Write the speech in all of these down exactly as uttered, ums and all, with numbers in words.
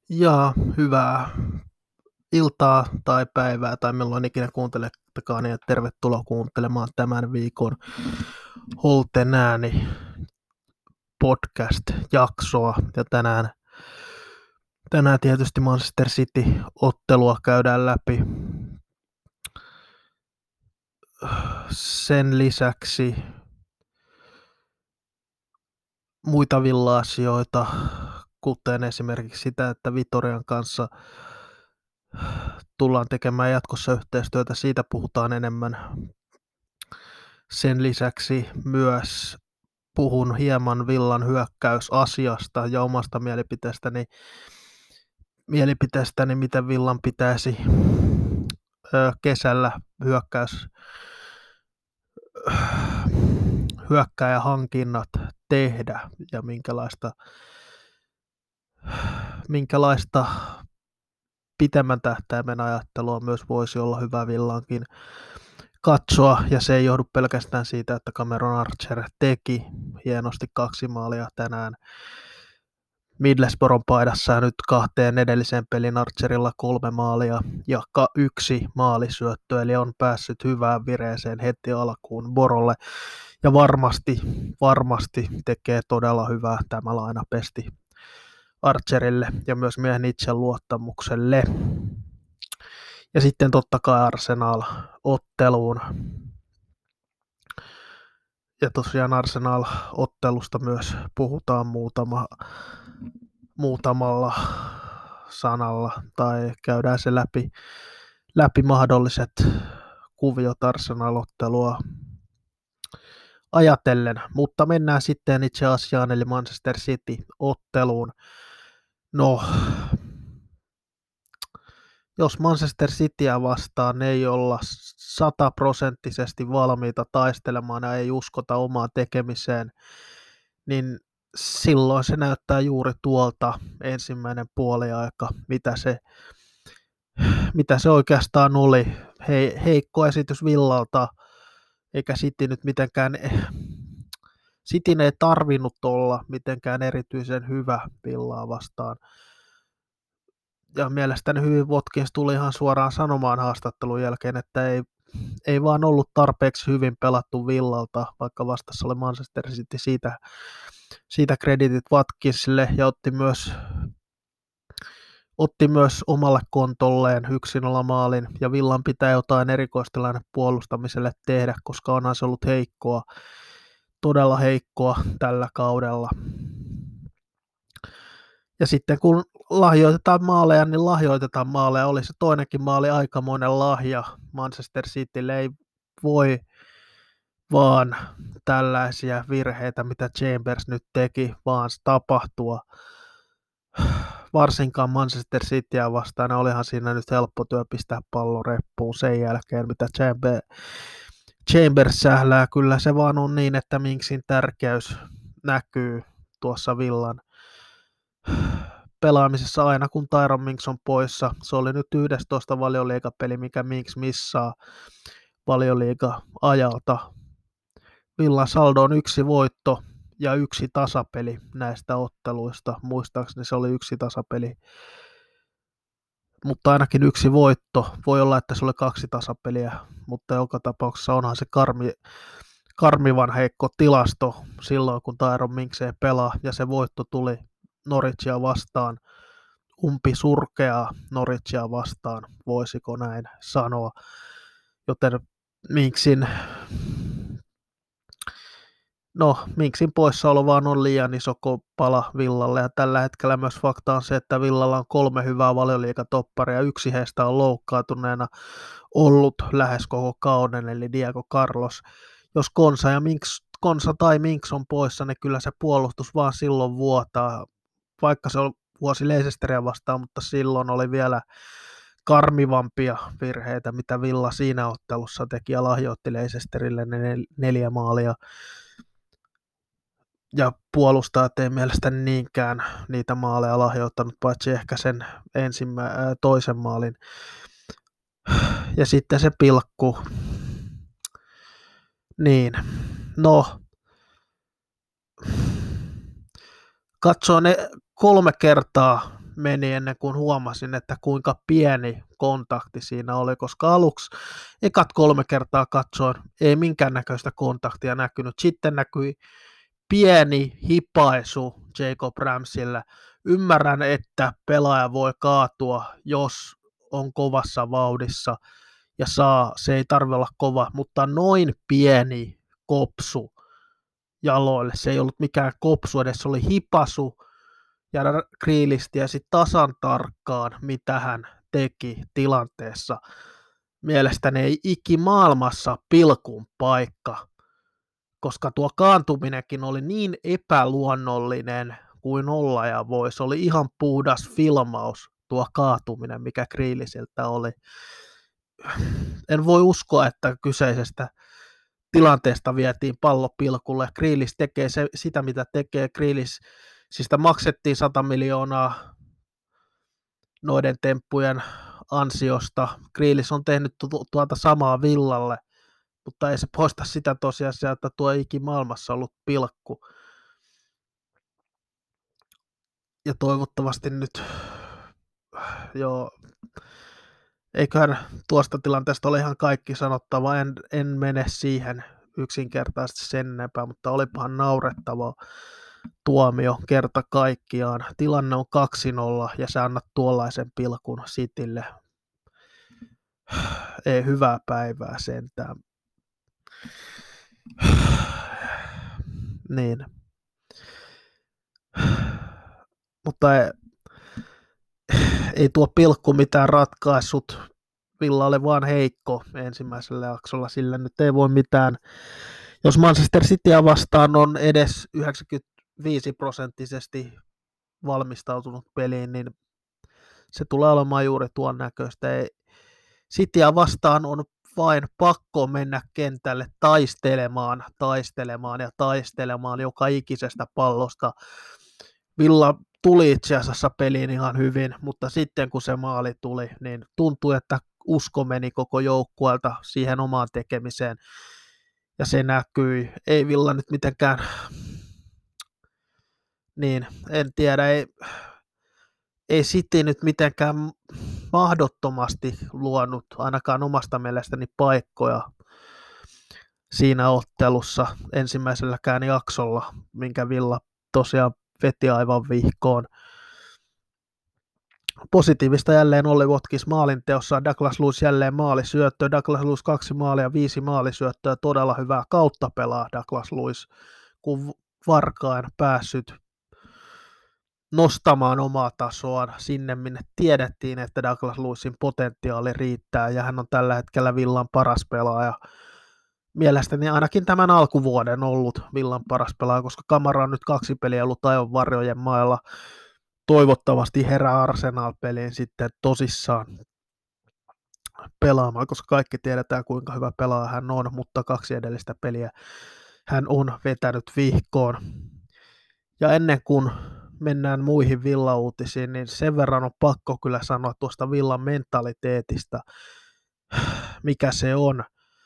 Ja hyvää iltaa tai päivää tai milloin ikinä kuuntelettekaan ja tervetuloa kuuntelemaan tämän viikon Holten ääni podcast-jaksoa. Ja tänään, tänään tietysti Manchester City-ottelua käydään läpi. Sen lisäksi muita villa-asioita, kuten esimerkiksi sitä, että Vitorian kanssa tullaan tekemään jatkossa yhteistyötä, siitä puhutaan enemmän. Sen lisäksi myös puhun hieman Villan hyökkäysasiasta ja omasta mielipiteestäni, mielipiteestäni miten Villan pitäisi ö, kesällä hyökkäys, hyökkääjähankinnat tehdä ja minkälaista, minkälaista pitemmän tähtäimen ajattelua myös voisi olla hyvä Villankin katsoa, ja se ei johdu pelkästään siitä, että Cameron Archer teki hienosti kaksi maalia tänään Middlesbroughin paidassa ja nyt kahteen edelliseen pelin Archerilla kolme maalia ja yksi maalisyöttö, eli on päässyt hyvään vireeseen heti alkuun Borolle ja varmasti, varmasti tekee todella hyvää tämä lainapesti Archerille ja myös miehen itseluottamukselle. Ja sitten totta kai Arsenal-otteluun. Ja tosiaan Arsenal-ottelusta myös puhutaan muutama, muutamalla sanalla tai käydään se läpi, läpi mahdolliset kuviot Arsenal-ottelua ajatellen. Mutta mennään sitten itse asiaan eli Manchester City-otteluun. No, jos Manchester Cityä vastaan ei olla sataprosenttisesti valmiita taistelemaan ja ei uskota omaan tekemiseen, niin silloin se näyttää juuri tuolta ensimmäinen puoliaika, mitä se, mitä se oikeastaan oli. He, heikko esitys Villalta, eikä City nyt mitenkään, Cityn ei tarvinnut olla mitenkään erityisen hyvä Villaa vastaan. Ja mielestäni hyvin Watkins tuli ihan suoraan sanomaan haastattelun jälkeen, että ei, ei vaan ollut tarpeeksi hyvin pelattu Villalta, vaikka vastassa oli Manchester City, siitä, siitä kreditit Watkinsille ja otti myös, otti myös omalle kontolleen yksi nolla maalin ja Villan pitää jotain erikoistilanne puolustamiselle tehdä, koska onhan se ollut heikkoa, todella heikkoa tällä kaudella. Ja sitten kun lahjoitetaan maaleja, niin lahjoitetaan maaleja. Oli se toinenkin maali aikamoinen lahja Manchester Citylle. Ei voi vaan tällaisia virheitä, mitä Chambers nyt teki, vaan tapahtua. Varsinkaan Manchester Cityä vastaan. Olihan siinä nyt helppo työ pistää pallo reppuun sen jälkeen, mitä Chambers, Chambers sählää. Kyllä se vaan on niin, että Minksin tärkeys näkyy tuossa Villan pelaamisessa aina, kun Tyrone Mings on poissa. Se oli nyt yhdestoista valioliigapeli, mikä Mings missaa valioliiga-ajalta. Villan saldo on yksi voitto ja yksi tasapeli näistä otteluista. Muistaakseni se oli yksi tasapeli, mutta ainakin yksi voitto. Voi olla, että se oli kaksi tasapeliä, mutta joka tapauksessa onhan se karmi, karmivan heikko tilasto silloin, kun Tyrone Mings ei pelaa, ja se voitto tuli Norwichia vastaan, umpi surkeaa Norwichia vastaan, voisiko näin sanoa, joten Minksin, no Minksin poissaolo vaan on liian iso pala Villalle, ja tällä hetkellä myös fakta on se, että Villalla on kolme hyvää valioliigatopparia, ja yksi heistä on loukkaantuneena ollut lähes koko kauden, eli Diego Carlos. Jos Konsa ja Minks, Konsa tai Minks on poissa, niin kyllä se puolustus vaan silloin vuotaa, vaikka se on vuosi Leicesteria vastaan, mutta silloin oli vielä karmivampia virheitä, mitä Villa siinä ottelussa teki ja lahjoitti Leicesterille nel- neljä maalia. Ja puolustajat ei mielestäni niinkään niitä maaleja lahjoittanut, paitsi ehkä sen ensimmä- ää, toisen maalin. Ja sitten se pilkku. Niin, no. Katsoin ne kolme kertaa meni ennen kuin huomasin, että kuinka pieni kontakti siinä oli, koska aluksi ekat kolme kertaa katsoin, ei minkäännäköistä kontaktia näkynyt. Sitten näkyi pieni hipaisu Jacob Ramsille. Ymmärrän, että pelaaja voi kaatua, jos on kovassa vauhdissa ja saa, se ei tarvitse olla kova, mutta noin pieni kopsu jaloille, se ei ollut mikään kopsu edes, se oli hipasu ja Grealish tiesi tasan tarkkaan, mitä hän teki tilanteessa. Mielestäni ei ikimaailmassa pilkun paikka, koska tuo kaantuminenkin oli niin epäluonnollinen kuin olla ja voi. Se oli ihan puhdas filmaus, tuo kaatuminen, mikä Grealishiltä oli. En voi uskoa, että kyseisestä tilanteesta vietiin pallo pilkulle. Grealish tekee se, sitä, mitä tekee. Grealish, siis sitä maksettiin sata miljoonaa noiden temppujen ansiosta. Grealish on tehnyt tu- tuota samaa Villalle, mutta ei se poista sitä tosiasiaa, että tuo ei ikimaailmassa ollut pilkku. Ja toivottavasti nyt, joo, eiköhän tuosta tilanteesta ole ihan kaikki sanottava, en, en mene siihen yksinkertaisesti sen enempää, mutta olipahan naurettava tuomio kerta kaikkiaan. Tilanne on kaksi nolla ja sä annat tuollaisen pilkun Citylle. Ei hyvää päivää sentään. Niin. Mutta ei, ei tuo pilkku mitään ratkaissut. Villa oli vaan heikko ensimmäisellä jaksolla, sillä nyt ei voi mitään. Jos Manchester Cityä vastaan on edes yhdeksänkymmentäviisi prosenttisesti valmistautunut peliin, niin se tulee olemaan juuri tuon näköistä. Ei, Cityä vastaan on vain pakko mennä kentälle taistelemaan, taistelemaan ja taistelemaan joka ikisestä pallosta. Villa tuli itse asiassa peliin ihan hyvin, mutta sitten kun se maali tuli, niin tuntui, että usko meni koko joukkueelta siihen omaan tekemiseen. Ja se näkyi. Ei Villa nyt mitenkään, niin en tiedä, ei, ei City nyt mitenkään mahdottomasti luonut ainakaan omasta mielestäni paikkoja siinä ottelussa ensimmäiselläkään jaksolla, minkä Villa tosiaan veti aivan vihkoon. Positiivista jälleen Olli Watkins maalinteossa, Douglas Luiz jälleen maalisyöttö, Douglas Luiz kaksi maalia, viisi maalisyöttöä, todella hyvää kautta pelaa Douglas Luiz, kun varkain päässyt nostamaan omaa tasoaan sinne, minne tiedettiin, että Douglas Luizin potentiaali riittää, ja hän on tällä hetkellä Villan paras pelaaja. Mielestäni ainakin tämän alkuvuoden ollut Villan paras pelaaja, koska Kamara on nyt kaksi peliä ollut aivan varjojen mailla. Toivottavasti herää Arsenal-peliin sitten tosissaan pelaamaan, koska kaikki tiedetään, kuinka hyvä pelaaja hän on, mutta kaksi edellistä peliä hän on vetänyt vihkoon. Ja ennen kuin mennään muihin Villa-uutisiin, niin sen verran on pakko kyllä sanoa tuosta Villan mentaliteetista, mikä se on.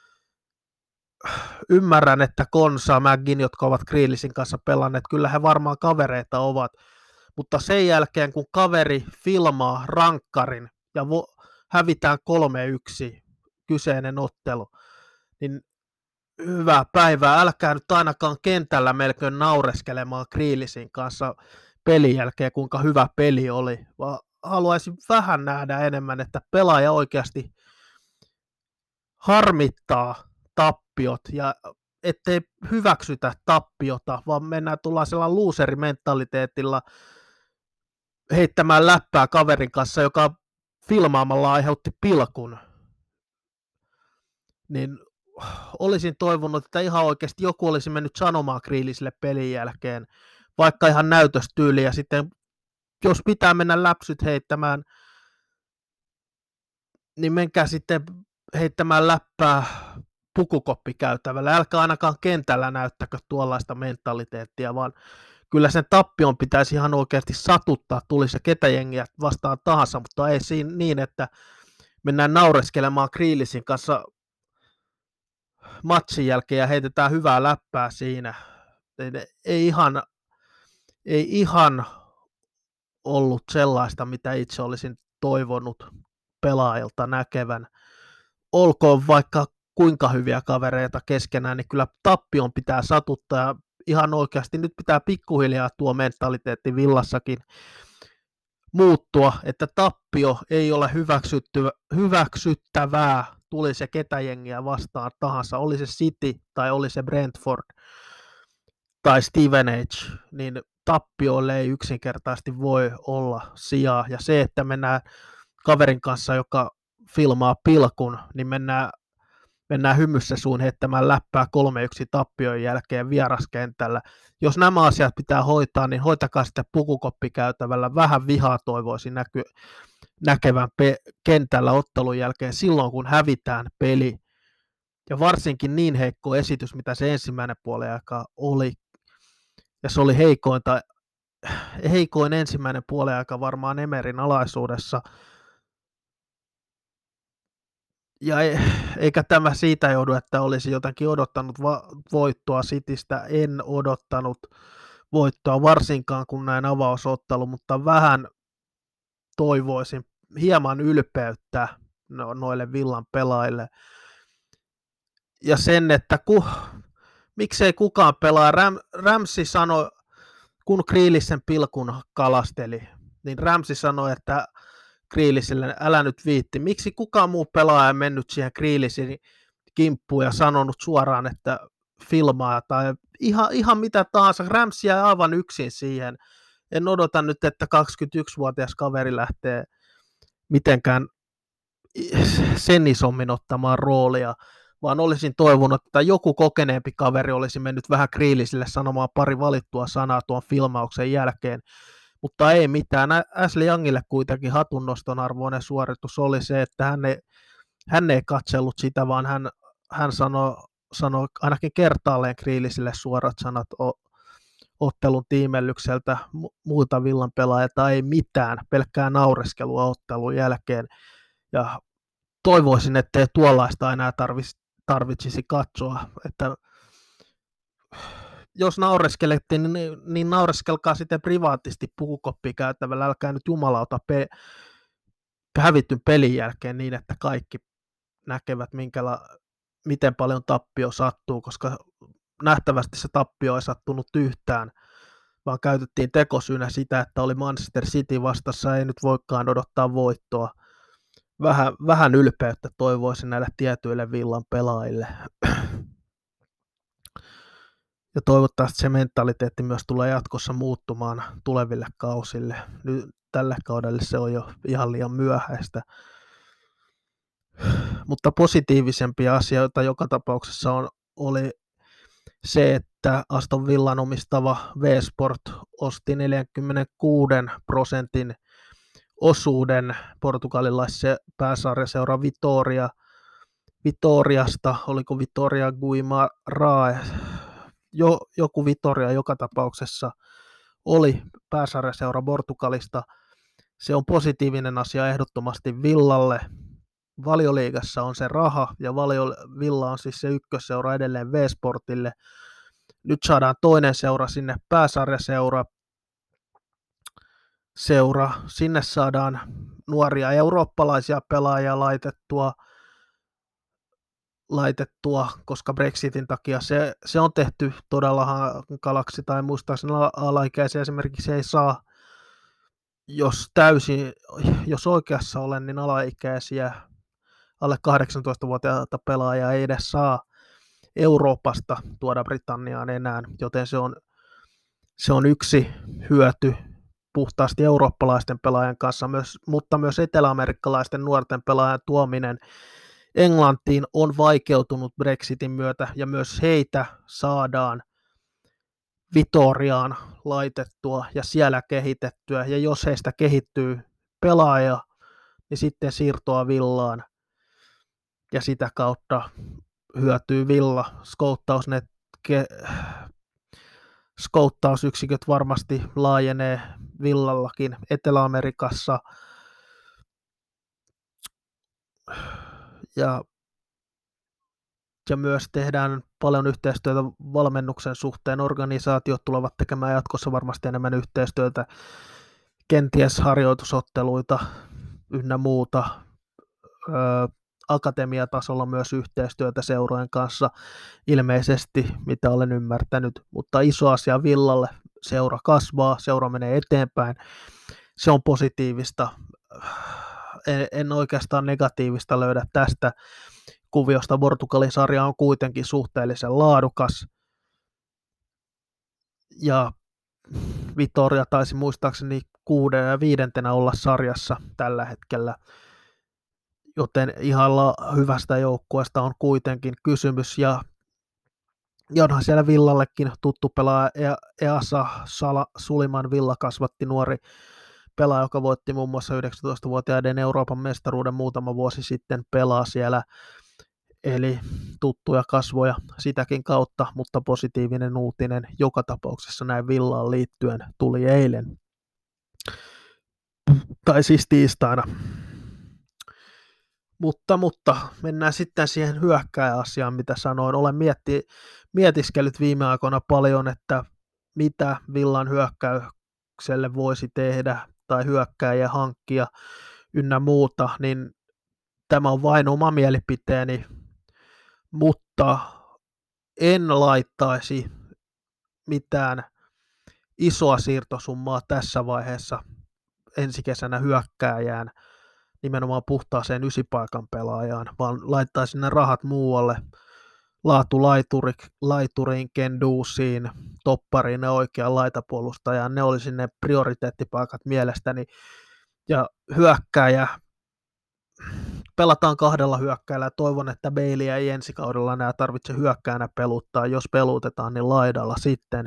Ymmärrän, että Konsa, Mäggin, jotka ovat Grealishin kanssa pelanneet, kyllä he varmaan kavereita ovat, mutta sen jälkeen, kun kaveri filmaa rankkarin ja vo- hävitään kolme yksi kyseinen ottelu, niin hyvää päivää. Älkää nyt ainakaan kentällä melkein naureskelemaan Grealishin kanssa pelin jälkeen, kuinka hyvä peli oli, vaan haluaisin vähän nähdä enemmän, että pelaaja oikeasti harmittaa tappiot ja ettei hyväksytä tappiota, vaan mennään tullaan sellainen looserimentaliteetilla heittämään läppää kaverin kanssa, joka filmaamalla aiheutti pilkun. Niin olisin toivonut, että ihan oikeasti joku olisi mennyt sanomaan Grealishille pelin jälkeen, vaikka ihan näytöstyyliä, ja sitten jos pitää mennä läpsyt heittämään, niin menkää sitten heittämään läppää pukukoppikäytävällä. Älkää ainakaan kentällä näyttäkö tuollaista mentaliteettia, vaan kyllä sen tappion pitäisi ihan oikeasti satuttaa, tuli se ketä jengiä vastaan tahansa, mutta ei siinä niin, että mennään naureskelemaan Grealishin kanssa matsin jälkeen ja heitetään hyvää läppää siinä. Ei, ei ihan, ei ihan ollut sellaista, mitä itse olisin toivonut pelaajilta näkevän. Olkoon vaikka kuinka hyviä kavereita keskenään, niin kyllä tappion pitää satuttaa ja ihan oikeasti nyt pitää pikkuhiljaa tuo mentaliteetti Villassakin muuttua, että tappio ei ole hyväksyttävää, tuli se ketä jengiä vastaan tahansa, oli se City tai oli se Brentford tai Stevenage, niin tappioille ei yksinkertaisesti voi olla sijaa. Ja se, että mennään kaverin kanssa, joka filmaa pilkun, niin mennään, mennään hymyssä suun heittämään läppää kolme yksi tappion jälkeen vieraskentällä. Jos nämä asiat pitää hoitaa, niin hoitakaa sitten pukukoppikäytävällä. Vähän vihaa toivoisin näky, näkevän pe- kentällä ottelun jälkeen silloin, kun hävitään peli. Ja varsinkin niin heikko esitys, mitä se ensimmäinen puoli aika oli. Ja se oli heikointa, heikoin ensimmäinen puoli aika varmaan Emerin alaisuudessa. Ja eikä tämä siitä joudu, että olisi jotenkin odottanut va- voittoa Citystä. En odottanut voittoa varsinkaan, kun näin avausottelu, mutta vähän toivoisin hieman ylpeyttä no, noille Villan pelaajille. Ja sen, että ku, miksei kukaan pelaa. Ram, Ramsey sanoi, kun Grealish'n pilkun kalasteli, niin Ramsey sanoi, että Grealishille, älä nyt viitti. Miksi kukaan muu pelaaja ei mennyt siihen Grealishin kimppuun ja sanonut suoraan, että filmaa tai ihan, ihan mitä tahansa. Ramsey jäi aivan yksin siihen. En odota nyt, että kaksikymmentäyksivuotias kaveri lähtee mitenkään sen isommin ottamaan roolia, vaan olisin toivonut, että joku kokeneempi kaveri olisi mennyt vähän Grealishille sanomaan pari valittua sanaa tuon filmauksen jälkeen. Mutta ei mitään. Ashley Youngille kuitenkin hatunnoston arvoinen suoritus oli se, että hän ei, hän ei katsellut sitä, vaan hän, hän sanoi, sanoi ainakin kertaalleen Grealishille suorat sanat o, ottelun tiimellykseltä. Muilta Villan pelaajilta ei mitään, pelkkää naureskelua ottelun jälkeen. Ja toivoisin, ettei tuollaista enää tarvitsisi, tarvitsisi katsoa, että jos naureskelette, niin, niin naureskelkaa sitten privaatisti pukukoppia käyttävällä, älkää nyt jumalauta pe- hävityn pelin jälkeen niin, että kaikki näkevät, minkäla- miten paljon tappio sattuu, koska nähtävästi se tappio ei sattunut yhtään, vaan käytettiin tekosyynä sitä, että oli Manchester City vastassa, ei nyt voikaan odottaa voittoa. Vähän, vähän ylpeyttä toivoisin näille tietyille Villan pelaajille. Ja toivottavasti se mentaliteetti myös tulee jatkossa muuttumaan tuleville kausille. Nyt tälle kaudelle se on jo ihan liian myöhäistä. Mutta positiivisempia asioita joka tapauksessa on, oli se, että Aston Villan omistava V-Sport osti neljäkymmentäkuusi prosentin osuuden portugalilaisen pääsarjaseura Vitoria, Vitoriasta, oliko Vitoria Guimaraes, jo, joku Vitoria joka tapauksessa oli pääsarjaseura Portugalista. Se on positiivinen asia ehdottomasti Villalle. Valioliigassa on se raha ja Valio, Villa on siis se ykkösseura edelleen V-Sportille. Nyt saadaan toinen seura sinne, pääsarjaseura. Seura. Sinne saadaan nuoria eurooppalaisia pelaajia laitettua, laitettua, koska Brexitin takia se, se on tehty todella hankalaksi, tai muistaakseni alaikäisiä esimerkiksi ei saa, jos täysin, jos oikeassa olen, niin alaikäisiä alle kahdeksantoistavuotiaita pelaajia ei edes saa Euroopasta tuoda Britanniaan enää, joten se on, se on yksi hyöty puhtaasti eurooppalaisten pelaajien kanssa, myös, mutta myös eteläamerikkalaisten nuorten pelaajien tuominen Englantiin on vaikeutunut Brexitin myötä, ja myös heitä saadaan Vitoriaan laitettua ja siellä kehitettyä, ja jos heistä kehittyy pelaaja, niin sitten siirtoa Villaan, ja sitä kautta hyötyy Villa. Skouttausnet, ke- skouttausyksiköt varmasti laajenee Villallakin Etelä-Amerikassa, ja, ja myös tehdään paljon yhteistyötä valmennuksen suhteen. Organisaatiot tulevat tekemään jatkossa varmasti enemmän yhteistyötä kenties harjoitusotteluita ynnä muuta. Öö, akatemiatasolla myös yhteistyötä seurojen kanssa ilmeisesti, mitä olen ymmärtänyt, mutta iso asia Villalle, seura kasvaa, seura menee eteenpäin, se on positiivista, en, en oikeastaan negatiivista löydä tästä kuviosta. Portugalin sarja on kuitenkin suhteellisen laadukas, ja Vitoria taisi muistaakseni kuuden ja viidentenä olla sarjassa tällä hetkellä, joten ihan la- hyvästä joukkueesta on kuitenkin kysymys, ja, ja onhan siellä Villallekin tuttu pelaaja E- Easa Sala, Suliman Villa kasvatti nuori pelaaja, joka voitti muun muassa yhdeksäntoistavuotiaiden Euroopan mestaruuden muutama vuosi sitten, pelaa siellä, eli tuttuja kasvoja sitäkin kautta, mutta positiivinen uutinen joka tapauksessa näin Villaan liittyen tuli eilen, tai siis tiistaina. Mutta, mutta mennään sitten siihen hyökkääjäasiaan, mitä sanoin. Olen mietti, mietiskellyt viime aikoina paljon, että mitä Villan hyökkäykselle voisi tehdä tai hyökkääjä hankkia ynnä muuta, niin tämä on vain oma mielipiteeni, mutta en laittaisi mitään isoa siirtosummaa tässä vaiheessa ensi kesänä hyökkääjään, nimenomaan puhtaaseen ysipaikan pelaajaan, vaan laittaisin ne rahat muualle, laatulaituriin, Kenduusiin, toppariin ja oikean laitapuolustajaan, ne olisi ne prioriteettipaikat mielestäni, ja hyökkääjä, pelataan kahdella hyökkääjällä, ja toivon, että Baileyä ei ensi kaudella enää tarvitse hyökkäänä peluttaa, jos pelutetaan, niin laidalla sitten,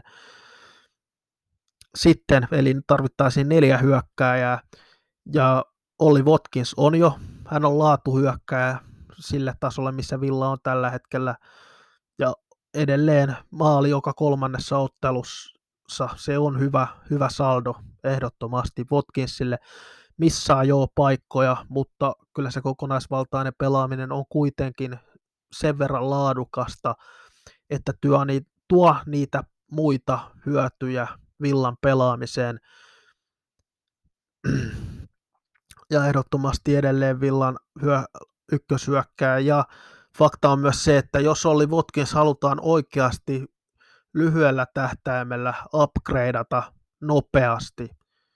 sitten eli tarvittaisiin neljä hyökkääjää, ja Olli Watkins on jo, hän on laatuhyökkääjä sille tasolle, missä Villa on tällä hetkellä, ja edelleen maali joka kolmannessa ottelussa, se on hyvä, hyvä saldo ehdottomasti Watkinsille, missaa jo paikkoja, mutta kyllä se kokonaisvaltainen pelaaminen on kuitenkin sen verran laadukasta, että tuo, tuo niitä muita hyötyjä Villan pelaamiseen, ja ehdottomasti edelleen Villan hyö, ykköshyökkääjä, ja fakta on myös se, että jos Olli Watkins halutaan oikeasti lyhyellä tähtäimellä upgradeata nopeasti,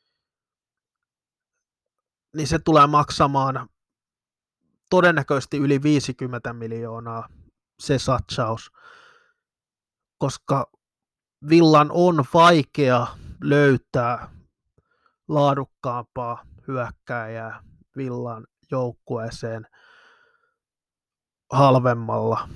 niin se tulee maksamaan todennäköisesti yli viisikymmentä miljoonaa se satsaus, koska Villan on vaikea löytää laadukkaampaa hyökkääjää Villan joukkueeseen halvemmalla.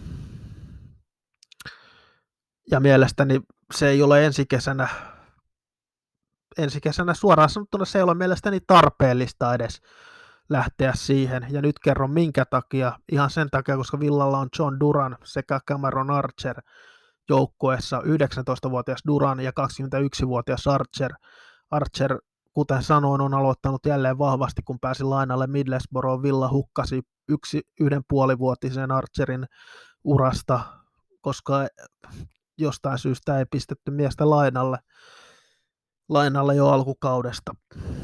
Ja mielestäni se ei ole ensi kesänä, ensi kesänä suoraan sanottuna se ei ole mielestäni tarpeellista edes lähteä siihen. Ja nyt kerron minkä takia. Ihan sen takia, koska Villalla on John Duran sekä Cameron Archer joukkueessa, yhdeksäntoistavuotias Duran ja kaksikymmentäyksivuotias Archer. Archer, kuten sanoin, on aloittanut jälleen vahvasti, kun pääsi lainalle Middlesbrough. Villa hukkasi yksi, yhden puolivuotisen Archerin urasta, koska jostain syystä ei pistetty miestä lainalle, lainalle jo alkukaudesta.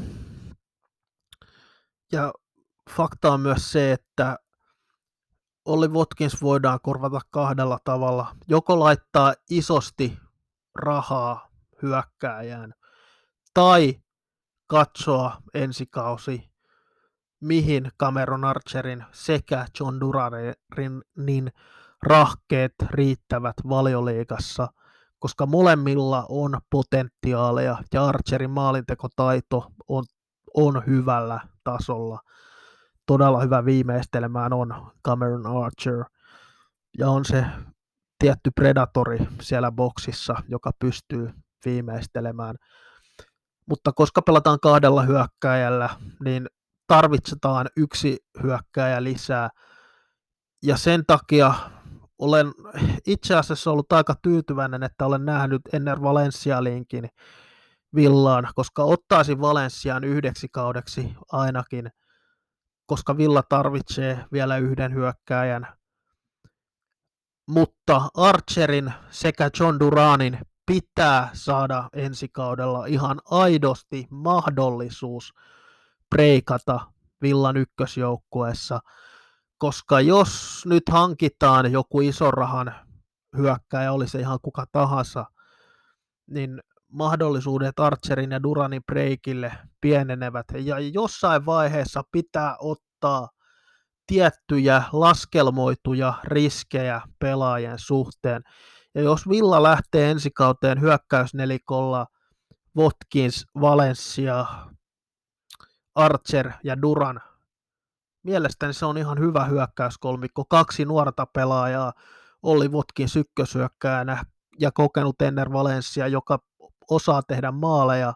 Ja fakta on myös se, että Olli Watkins voidaan korvata kahdella tavalla. Joko laittaa isosti rahaa hyökkääjään, tai katsoa ensi kausi, mihin Cameron Archerin sekä John Duranin niin rahkeet riittävät Valioliigassa, koska molemmilla on potentiaalia ja Archerin maalintekotaito on, on hyvällä tasolla. Todella hyvä viimeistelemään on Cameron Archer, ja on se tietty predatori siellä boksissa, joka pystyy viimeistelemään. Mutta koska pelataan kahdella hyökkääjällä, niin tarvitsetaan yksi hyökkääjä lisää, ja sen takia olen itse asiassa ollut aika tyytyväinen, että olen nähnyt Enner Valencia-linkin Villaan, koska ottaisin Valencian yhdeksi kaudeksi ainakin, koska Villa tarvitsee vielä yhden hyökkääjän. Mutta Archerin sekä John Duranin pitää saada ensi kaudella ihan aidosti mahdollisuus breikata Villan ykkösjoukkueessa, koska jos nyt hankitaan joku ison rahan hyökkääjä, oli se ihan kuka tahansa, niin mahdollisuudet Archerin ja Duranin breikille pienenevät, ja jossain vaiheessa pitää ottaa tiettyjä laskelmoituja riskejä pelaajien suhteen. Ja jos Villa lähtee ensi kauteen hyökkäysnelikolla Watkins, Valencia, Archer ja Duran, mielestäni se on ihan hyvä hyökkäyskolmikko. Kaksi nuorta pelaajaa, Olli Watkins ykkösyökkääjänä ja kokenut Enner Valencia, joka osaa tehdä maaleja,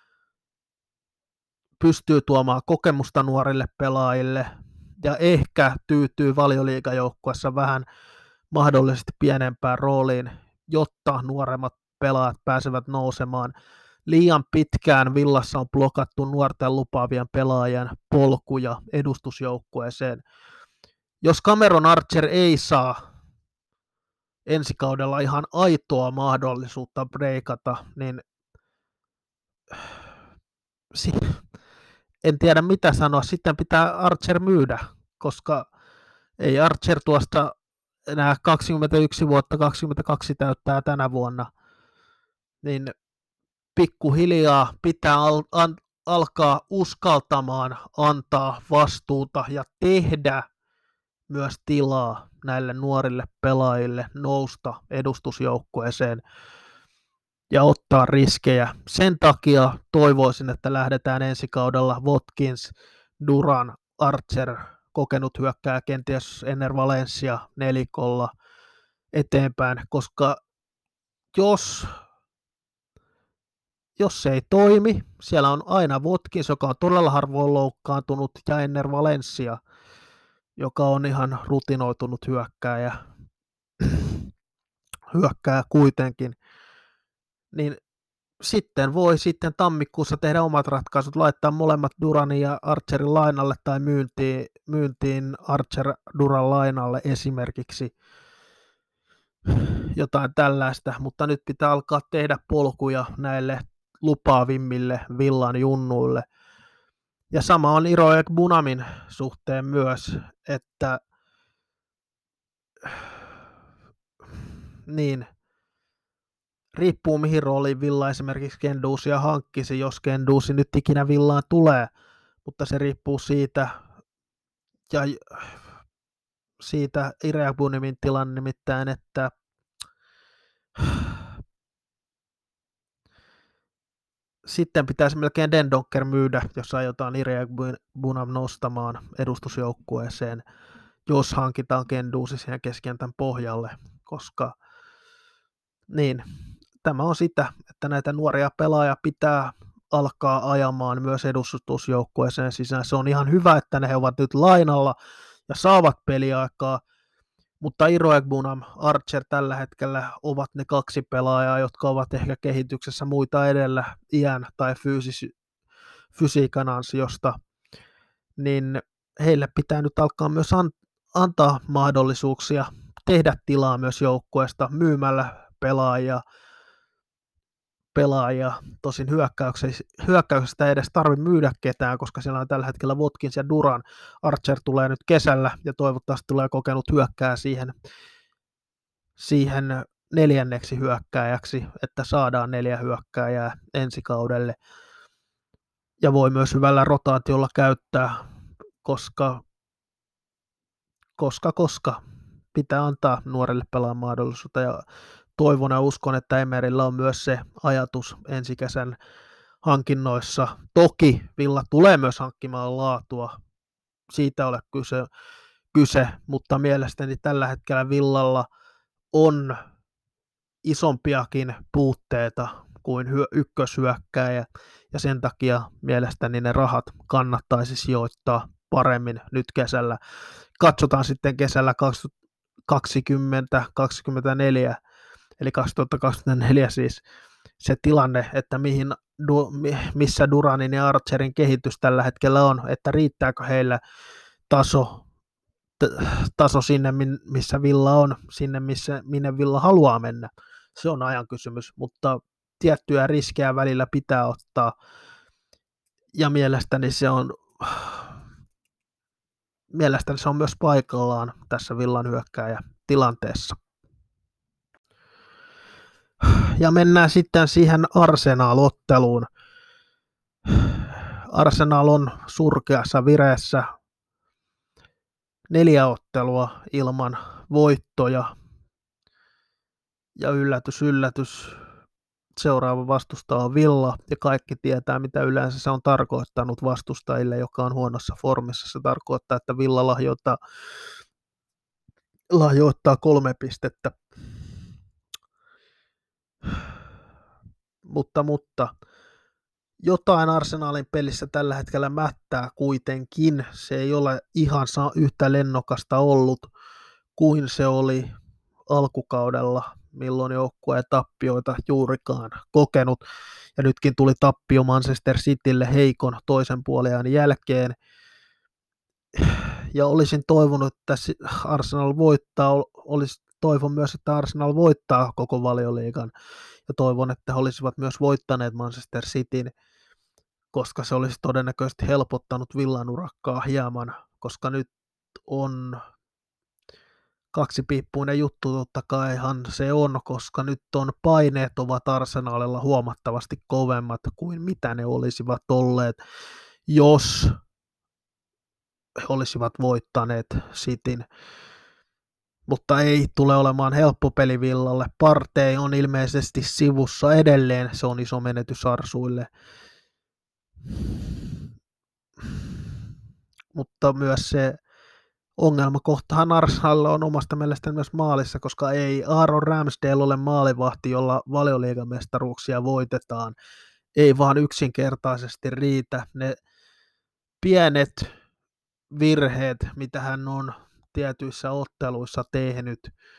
pystyy tuomaan kokemusta nuorille pelaajille ja ehkä tyytyy Valioliigajoukkueessa vähän mahdollisesti pienempään rooliin, jotta nuoremmat pelaajat pääsevät nousemaan. Liian pitkään Villassa on blokattu nuorten lupaavien pelaajien polkuja edustusjoukkueeseen. Jos Cameron Archer ei saa ensi kaudella ihan aitoa mahdollisuutta breikata, niin en tiedä mitä sanoa. Sitten pitää Archer myydä, koska ei Archer tuosta enää kaksikymmentäyksi vuotta, kaksikymmentäkaksi täyttää tänä vuonna, niin pikkuhiljaa pitää al- an- alkaa uskaltamaan antaa vastuuta ja tehdä myös tilaa näille nuorille pelaajille nousta edustusjoukkueeseen ja ottaa riskejä. Sen takia toivoisin, että lähdetään ensi kaudella Watkins, Duran, Archer, kokenut hyökkääjä, kenties Enner Valencia nelikolla eteenpäin, koska jos, jos se ei toimi, siellä on aina Watkins, joka on todella harvoin loukkaantunut, ja Enner Valencia, joka on ihan rutinoitunut hyökkääjä, hyökkääjä kuitenkin, niin sitten voi sitten tammikuussa tehdä omat ratkaisut, laittaa molemmat Duranin ja Archerin lainalle tai myyntiin, myyntiin Archer Duran lainalle esimerkiksi, jotain tällaista, mutta nyt pitää alkaa tehdä polkuja näille lupaavimmille Villan junnuille. Ja sama on Iro Ekbunamin suhteen myös, että niin, riippuu mihin rooliin Villa esimerkiksi Gendusia hankkisi, jos Gendusi nyt ikinä Villaan tulee, mutta se riippuu siitä, ja siitä Iro Ekbunamin tilanne nimittäin, että sitten pitäisi melkein Dendoncker myydä, jos aiotaan Iro Ekbunam nostamaan edustusjoukkueeseen, jos hankitaan Gendusi siihen keskentän pohjalle, koska niin, tämä on sitä, että näitä nuoria pelaajia pitää alkaa ajamaan myös edustusjoukkueeseen sisään. Se on ihan hyvä, että ne ovat nyt lainalla ja saavat peliaikaa, mutta Iro Ekbunam, Archer tällä hetkellä ovat ne kaksi pelaajaa, jotka ovat ehkä kehityksessä muita edellä iän tai fyysis- fysiikan ansiosta, niin heille pitää nyt alkaa myös an- antaa mahdollisuuksia tehdä tilaa myös joukkueesta myymällä pelaajia, pelaajia. Tosin hyökkäyksestä ei edes tarvitse myydä ketään, koska siellä on tällä hetkellä Watkins ja Duran. Archer tulee nyt kesällä ja toivottavasti tulee kokenut hyökkää siihen, siihen neljänneksi hyökkääjäksi, että saadaan neljä hyökkääjää ensi kaudelle. Ja voi myös hyvällä rotaatiolla käyttää, koska, koska, koska pitää antaa nuorelle pelaa mahdollisuutta. Ja toivon ja uskon, että Emerillä on myös se ajatus ensi kesän hankinnoissa. Toki Villa tulee myös hankkimaan laatua, siitä ole kyse, kyse, mutta mielestäni tällä hetkellä Villalla on isompiakin puutteita kuin hyö, ykköshyökkääjä, ja sen takia mielestäni ne rahat kannattaisi sijoittaa paremmin nyt kesällä. Katsotaan sitten kesällä kaksituhattakaksikymmentä kaksikymmentäneljä, eli kaksituhattakaksikymmentäneljä siis se tilanne, että mihin, missä Duranin ja Archerin kehitys tällä hetkellä on, että riittääkö heillä taso, taso sinne, missä Villa on, sinne, missä, minne Villa haluaa mennä. Se on ajan kysymys, mutta tiettyjä riskejä välillä pitää ottaa, ja mielestäni se on, mielestäni se on myös paikallaan tässä Villan hyökkääjätilanteessa. Ja mennään sitten siihen Arsenal-otteluun. Arsenal on surkeassa vireessä, neljä ottelua ilman voittoja, ja yllätys, yllätys, seuraava vastustaja on Villa, ja kaikki tietää, mitä yleensä se on tarkoittanut vastustajille, joka on huonossa formissa. Se tarkoittaa, että Villa lahjoittaa, lahjoittaa kolme pistettä. Mutta, mutta jotain Arsenalin pelissä tällä hetkellä mättää kuitenkin. Se ei ole ihan yhtä lennokasta ollut kuin se oli alkukaudella, milloin joukkue ei tappioita juurikaan kokenut. Ja nytkin tuli tappio Manchester Citylle heikon toisen puoliajan jälkeen. Ja olisin toivonut, että Arsenal voittaa, olisi toivon myös, että Arsenal voittaa koko Valioliigan. Ja toivon, että he olisivat myös voittaneet Manchester Cityn, koska se olisi todennäköisesti helpottanut Villan urakkaa hieman, koska nyt on kaksipiippuinen juttu, totta kaihan se on, koska nyt on paineet ovat Arsenalilla huomattavasti kovemmat kuin mitä ne olisivat olleet, jos he olisivat voittaneet Cityn. Mutta ei tule olemaan helppo peli Villalle. Partey on ilmeisesti sivussa edelleen, se on iso menetys Arsuille. Mutta myös se ongelmakohtahan Arsenalilla on omasta mielestäni myös maalissa, koska ei Aaron Ramsdale ole maalivahti, jolla Valioliigamestaruuksia voitetaan. Ei vaan yksinkertaisesti riitä. Ne pienet virheet, mitä hän on tietyissä otteluissa tehnyt,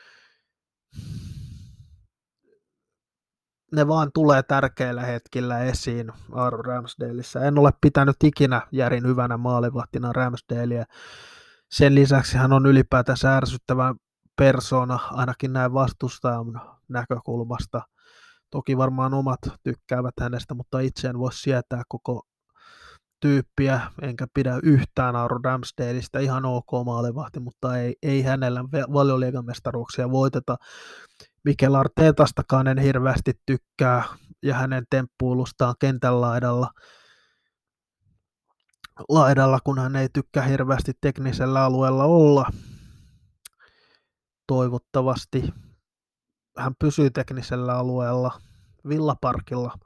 ne vaan tulee tärkeillä hetkillä esiin Aaron Ramsdaleissa. En ole pitänyt ikinä järin hyvänä maalivahtina Ramsdalea. Sen lisäksi hän on ylipäätänsä ärsyttävä persona, ainakin näin vastustajan näkökulmasta. Toki varmaan omat tykkäävät hänestä, mutta itse en voi sietää koko tyyppiä, enkä pidä yhtään Aaron Ramsdaleista. Ihan ok maalivahti, mutta ei, ei hänellä Valioliigamestaruuksia voiteta. Mikel Artetastakaan en hirveästi tykkää, ja hänen temppuilustaan kentän laidalla, laidalla, kun hän ei tykkää hirveästi teknisellä alueella olla. Toivottavasti hän pysyy teknisellä alueella Villaparkilla.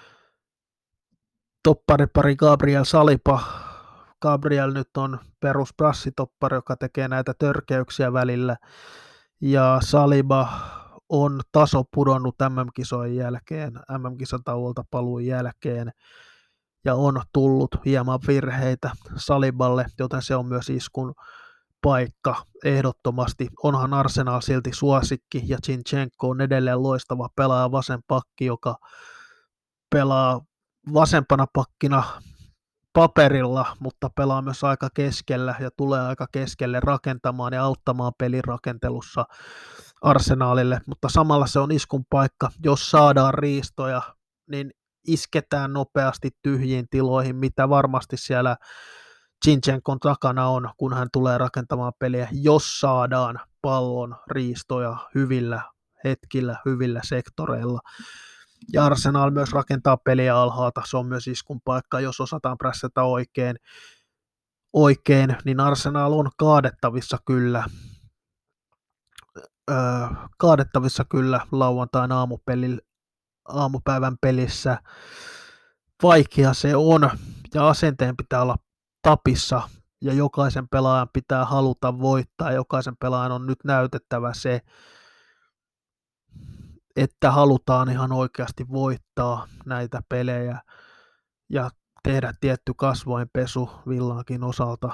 Topparipari Gabriel Saliba. Gabriel nyt on perus brassitoppari, joka tekee näitä törkeyksiä välillä, ja Saliba on taso pudonnut M M-kisojen jälkeen, M M-kisatauolta paluun jälkeen, ja on tullut hieman virheitä Saliballe, joten se on myös iskun paikka ehdottomasti. Onhan Arsenal silti suosikki, ja Zinchenko on edelleen loistava pelaaja, vasen pakki, joka pelaa vasempana pakkina paperilla, mutta pelaa myös aika keskellä ja tulee aika keskelle rakentamaan ja auttamaan pelin rakentelussa Arsenalille, mutta samalla se on iskun paikka, jos saadaan riistoja, niin isketään nopeasti tyhjiin tiloihin, mitä varmasti siellä Zinchenkon takana on, kun hän tulee rakentamaan peliä, jos saadaan pallon riistoja hyvillä hetkillä, hyvillä sektoreilla. Ja Arsenal myös rakentaa peliä alhaalta, se on myös iskun paikka, jos osataan prässätä oikein, oikein, niin Arsenal on kaadettavissa kyllä, öö, kaadettavissa kyllä lauantain aamupelillä, aamupäivän pelissä. Vaikea se on, ja asenteen pitää olla tapissa, ja jokaisen pelaajan pitää haluta voittaa, jokaisen pelaajan on nyt näytettävä se, että halutaan ihan oikeasti voittaa näitä pelejä ja tehdä tietty kasvoinpesu Villankin osalta.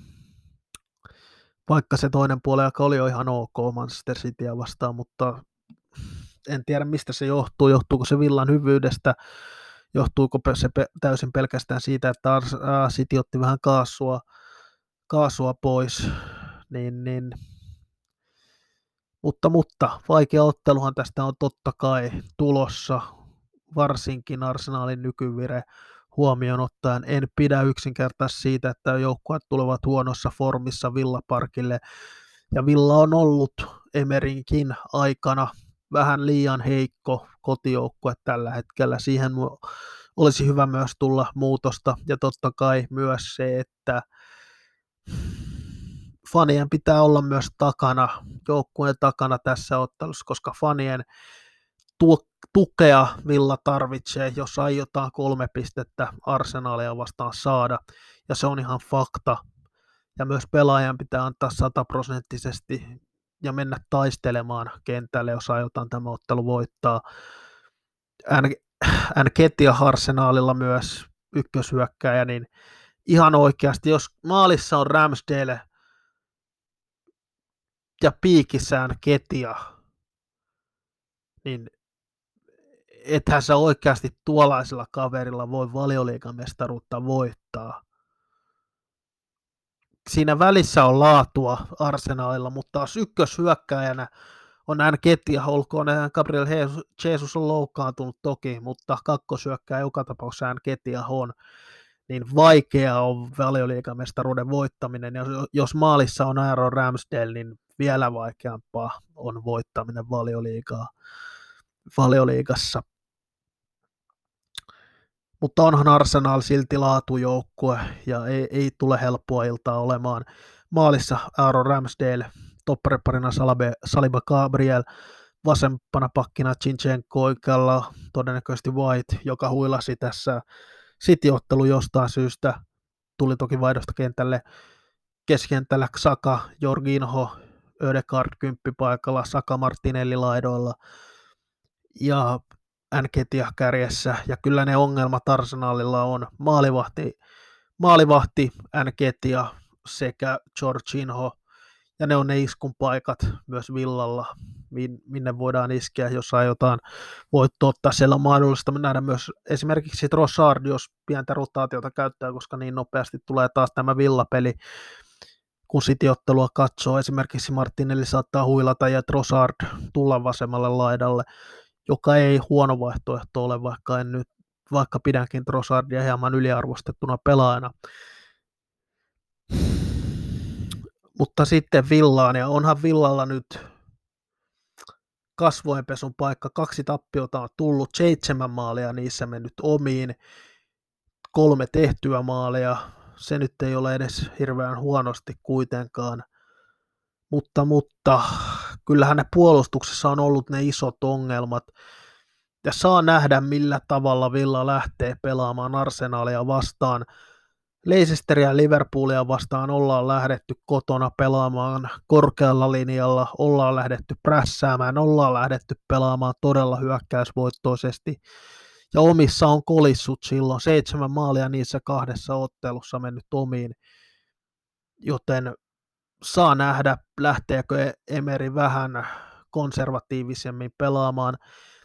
Vaikka se toinen puoli aika oli jo ihan ok Manchester Cityä vastaan, mutta en tiedä mistä se johtuu. Johtuuko se Villan hyvyydestä, johtuuko se täysin pelkästään siitä, että City otti vähän kaasua, kaasua pois, niin, niin Mutta, mutta vaikea otteluhan tästä on totta kai tulossa, varsinkin Arsenalin nykyvire huomioon ottaen. En pidä yksinkertaisesti siitä, että joukkueet tulevat huonossa formissa Villaparkille, ja Villa on ollut Emerinkin aikana vähän liian heikko kotijoukkue tällä hetkellä. Siihen olisi hyvä myös tulla muutosta, ja totta kai myös se, että fanien pitää olla myös takana, joukkueen takana tässä ottelussa, koska fanien tu- tukea Villa tarvitsee, jos aiotaan kolme pistettä Arsenalia vastaan saada, ja se on ihan fakta. Ja myös pelaajan pitää antaa sataprosenttisesti ja mennä taistelemaan kentälle, jos aiotaan tämä ottelu voittaa. Nketiah Arsenalilla myös ykköshyökkääjä, niin ihan oikeasti, jos maalissa on Ramsdale ja piikissä Nketiah, niin ethän sä oikeasti tuollaisella kaverilla voi Valioliigan-mestaruutta voittaa. Siinä välissä on laatua Arsenalilla, mutta jos ykköshyökkääjänä on Nketiah, olkoon Gabriel Jesus on loukkaantunut toki, mutta kakkosyökkääjä joka tapauksessa Nketiah on, niin vaikea on Valioliigan-mestaruuden voittaminen, ja jos maalissa on Aaron Ramsdale, niin vielä vaikeampaa on voittaminen Valioliigaa, Valioliigassa. Mutta onhan Arsenal silti laatujoukkue, ja ei, ei tule helppoa iltaa olemaan. Maalissa Aaron Ramsdale, toppariparina Saliba Gabriel, vasempana pakkina Zinchenko, oikealla todennäköisesti White, joka huilasi tässä City-ottelu jostain syystä, tuli toki vaihdosta kentälle, keskikentällä Saka, Jorginho, Ödegaard kymppipaikalla, Saka Martinelli laidoilla ja Nketiah kärjessä, ja kyllä ne ongelmat Arsenalilla on maalivahti, maalivahti Nketiah sekä Jorginho, ja ne on ne iskun paikat myös Villalla, minne voidaan iskeä, jos aiotaan voitto ottaa. Siellä on mahdollista nähdä myös esimerkiksi Trossard, jos pientä rotaatiota käyttää, koska niin nopeasti tulee taas tämä Villa-peli, kun City-ottelua katsoo. Esimerkiksi Martinelli saattaa huilata ja Trossard tulla vasemmalle laidalle, joka ei huono vaihtoehto ole, vaikka, en nyt, vaikka pidänkin Trossardia hieman yliarvostettuna pelaajana. Mutta sitten Villaan, ja onhan Villalla nyt kasvojenpesun paikka, kaksi tappiota on tullut, seitsemän maalia niissä mennyt omiin, kolme tehtyä maalia, se nyt ei ole edes hirveän huonosti kuitenkaan, mutta, mutta kyllähän ne puolustuksessa on ollut ne isot ongelmat, ja saa nähdä millä tavalla Villa lähtee pelaamaan Arsenalia vastaan. Leicesteria ja Liverpoolia vastaan ollaan lähdetty kotona pelaamaan korkealla linjalla, ollaan lähdetty prässäämään, ollaan lähdetty pelaamaan todella hyökkäysvoittoisesti, ja omissa on kolissut silloin, seitsemän maalia niissä kahdessa ottelussa mennyt omiin, joten saa nähdä, lähteekö Emery vähän konservatiivisemmin pelaamaan.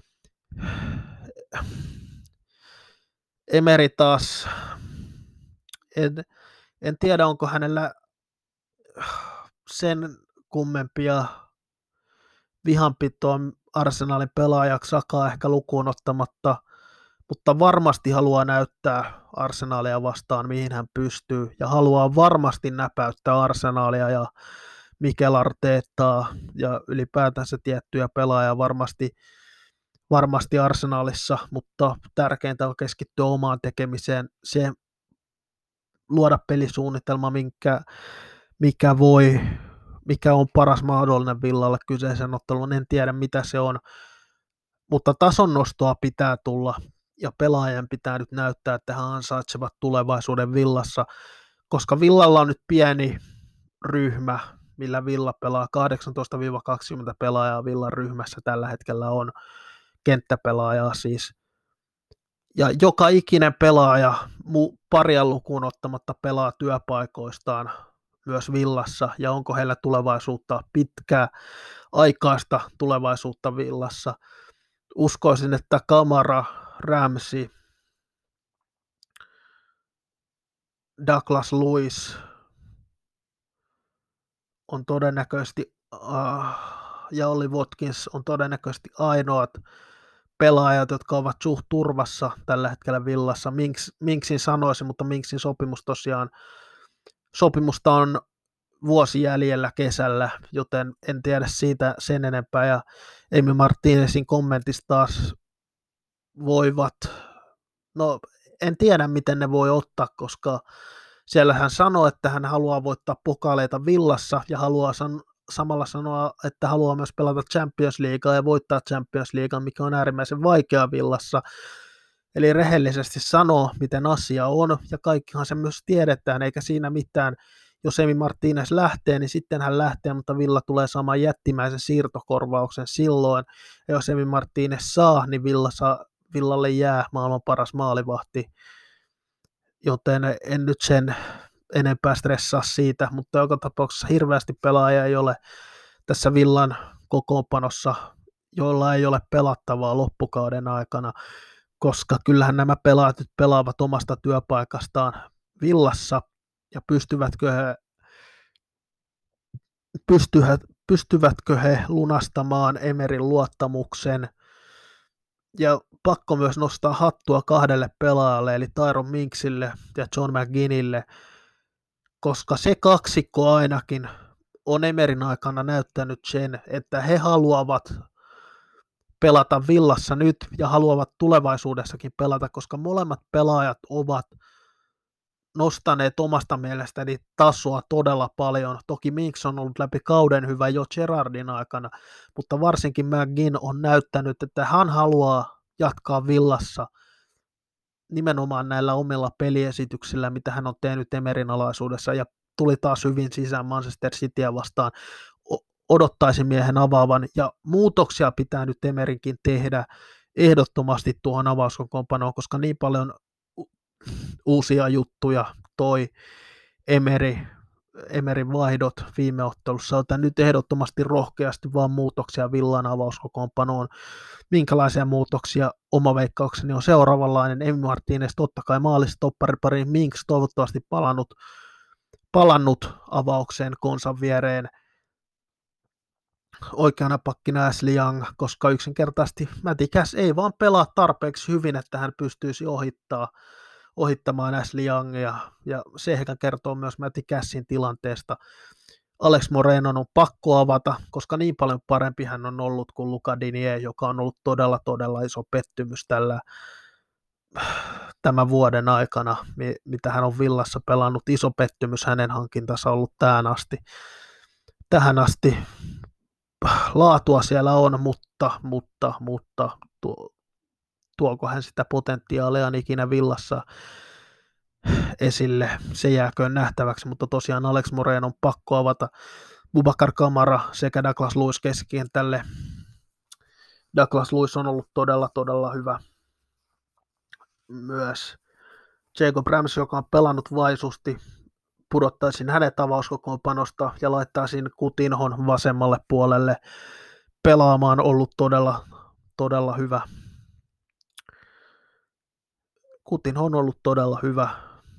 Emery taas, en, en tiedä onko hänellä sen kummempia vihanpitoa Arsenalin pelaajaksi Sakaa ehkä lukuun ottamatta, mutta varmasti haluaa näyttää Arsenalia vastaan, mihin hän pystyy, ja haluaa varmasti näpäyttää Arsenalia ja Mikel Artetaa ja ylipäätänsä tiettyjä pelaajia varmasti, varmasti Arsenalissa, mutta tärkeintä on keskittyä omaan tekemiseen, se luoda pelisuunnitelma, minkä, mikä voi, mikä on paras mahdollinen Villalle kyseisen ottelun, en tiedä mitä se on, mutta tason nostoa pitää tulla, ja pelaajien pitää nyt näyttää, että he ansaitsevat tulevaisuuden Villassa, koska Villalla on nyt pieni ryhmä, millä Villa pelaa, kahdeksantoista kaksikymmentä pelaajaa Villan ryhmässä tällä hetkellä on, kenttäpelaajaa siis, ja joka ikinen pelaaja, paria lukuun ottamatta, pelaa työpaikoistaan myös Villassa, ja onko heillä tulevaisuutta, pitkää aikaista tulevaisuutta Villassa. Uskoisin, että Kamara, Ramsey, Douglas Luiz on todennäköisesti uh, ja Ollie Watkins on todennäköisesti ainoat pelaajat, jotka ovat suht turvassa tällä hetkellä Villassa. Minks, Minksin sanoisin, mutta Minksin sopimus tosiaan, sopimusta on vuosi jäljellä kesällä, joten en tiedä siitä sen enempää. Ja Emi Martinezin kommentissa taas voivat, no en tiedä miten ne voi ottaa, koska siellä hän sanoo, että hän haluaa voittaa pokaaleita Villassa ja haluaa san- samalla sanoa, että haluaa myös pelata Champions Leaguea ja voittaa Champions Leaguea, mikä on äärimmäisen vaikea Villassa. Eli rehellisesti sanoo, miten asia on, ja kaikkihan se myös tiedetään, eikä siinä mitään. Jos Emi Martinez lähtee, niin sitten hän lähtee, mutta Villa tulee saamaan jättimäisen siirtokorvauksen silloin. Ja jos Emi Martinez saa, niin Villa saa, Villalle jää maailman paras maalivahti, joten en nyt sen enempää stressaa siitä, mutta joka tapauksessa hirveästi pelaajia ei ole tässä Villan kokoonpanossa, joilla ei ole pelattavaa loppukauden aikana, koska kyllähän nämä pelaajat nyt pelaavat omasta työpaikastaan Villassa, ja pystyvätkö he, pystyvät, pystyvätkö he lunastamaan Emerin luottamuksen, ja pakko myös nostaa hattua kahdelle pelaajalle, eli Tyrone Minksille ja John McGinnille, koska se kaksikko ainakin on Emerin aikana näyttänyt sen, että he haluavat pelata Villassa nyt ja haluavat tulevaisuudessakin pelata, koska molemmat pelaajat ovat nostaneet omasta mielestäni tasoa todella paljon. Toki Minks on ollut läpi kauden hyvä jo Gerardin aikana, mutta varsinkin McGinn on näyttänyt, että hän haluaa jatkaa Villassa nimenomaan näillä omilla peliesityksillä, mitä hän on tehnyt Emerin alaisuudessa, ja tuli taas hyvin sisään Manchester Cityä vastaan. Odottaisin miehen avaavan, ja muutoksia pitää nyt Emerinkin tehdä ehdottomasti tuohon avauskokoonpanoon, koska niin paljon uusia juttuja toi Emery, Emerin vaihdot viime ottelussa, joten nyt ehdottomasti rohkeasti vaan muutoksia Villan avauskokoonpanoon. Minkälaisia muutoksia? Oma veikkaukseni on seuraavanlainen. Emi Martinez totta kai maalistoppariparin, Minks toivottavasti palannut, palannut avaukseen Konsan viereen. Oikeana pakkina Ashley Young, koska yksinkertaisesti Matty Cash ei vaan pelaa tarpeeksi hyvin, että hän pystyisi ohittaa, ohittamaan Ashley Youngia, ja se ehkä kertoo myös Matty Cashin tilanteesta. Alex Moreno on pakko avata, koska niin paljon parempi hän on ollut kuin Luca Digne, joka on ollut todella todella iso pettymys tällä tämän vuoden aikana, mitä hän on Villassa pelannut. Iso pettymys hänen hankintansa on ollut tähän asti. Tähän asti laatua siellä on, mutta, mutta, mutta tuo, tuoko hän sitä potentiaalia ikinä Villassa esille, se jääköön nähtäväksi, mutta tosiaan Alex Moreno on pakko avata. Boubacar Kamara sekä Douglas Luiz keskikentälle. Douglas Luiz on ollut todella, todella hyvä myös. Jacob Ramsey, joka on pelannut vaisusti, pudottaisin hänet avauskokoonpanosta ja laittaisin Coutinhon vasemmalle puolelle pelaamaan, ollut todella, todella hyvä. Coutinho on ollut todella hyvä.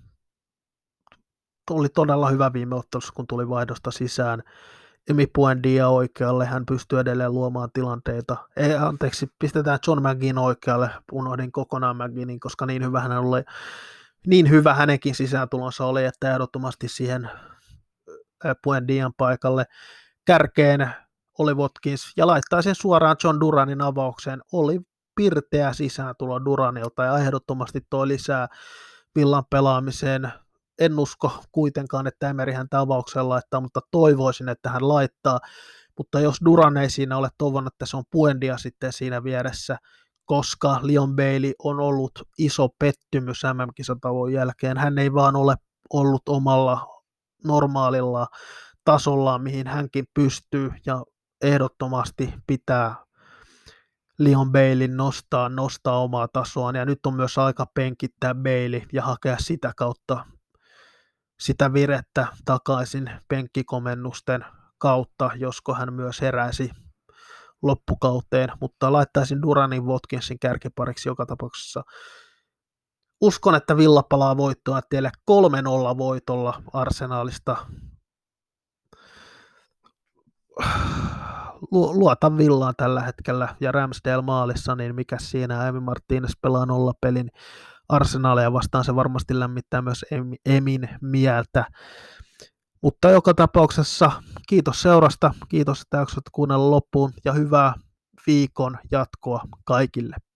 Oli todella hyvä viime ottelussa, kun tuli vaihdosta sisään. Emi Buendia oikealle, hän pystyy edelleen luomaan tilanteita. Ei, anteeksi, pistetään John McGinn oikealle, unohdin kokonaan McGinnin, koska niin hyvä, hän oli, niin hyvä hänenkin sisääntulonsa oli, että ehdottomasti siihen Buendian paikalle kärkeen oli Watkins, ja laittaisin suoraan John Duranin avaukseen. Oli pirteä sisääntulo Duranilta, ja ehdottomasti toi lisää Villan pelaamiseen. En usko kuitenkaan, että Emery häntä avaukseen laittaa, mutta toivoisin, että hän laittaa. Mutta jos Duran ei siinä ole, toivon, että se on Buendia sitten siinä vieressä, koska Leon Bailey on ollut iso pettymys M M-kisatauon jälkeen. Hän ei vaan ole ollut omalla normaalilla tasollaan, mihin hänkin pystyy, ja ehdottomasti pitää Leon Baileyn nostaa, nostaa omaa tasoaan, ja nyt on myös aika penkittää Bailey ja hakea sitä kautta sitä virettä takaisin penkkikomennusten kautta, josko hän myös heräisi loppukauteen, mutta laittaisin Duranin Watkinsin kärkipariksi joka tapauksessa. Uskon, että Villa palaa voittoa teille kolme nolla voitolla Arsenalista. luota Villaan tällä hetkellä ja Ramsdale maalissa, niin mikä siinä, Emi Martinez pelaa nollapelin Arsenalia vastaan, se varmasti lämmittää myös Emin mieltä. Mutta joka tapauksessa kiitos seurasta, kiitos, että jaksot kuunnella loppuun ja hyvää viikon jatkoa kaikille.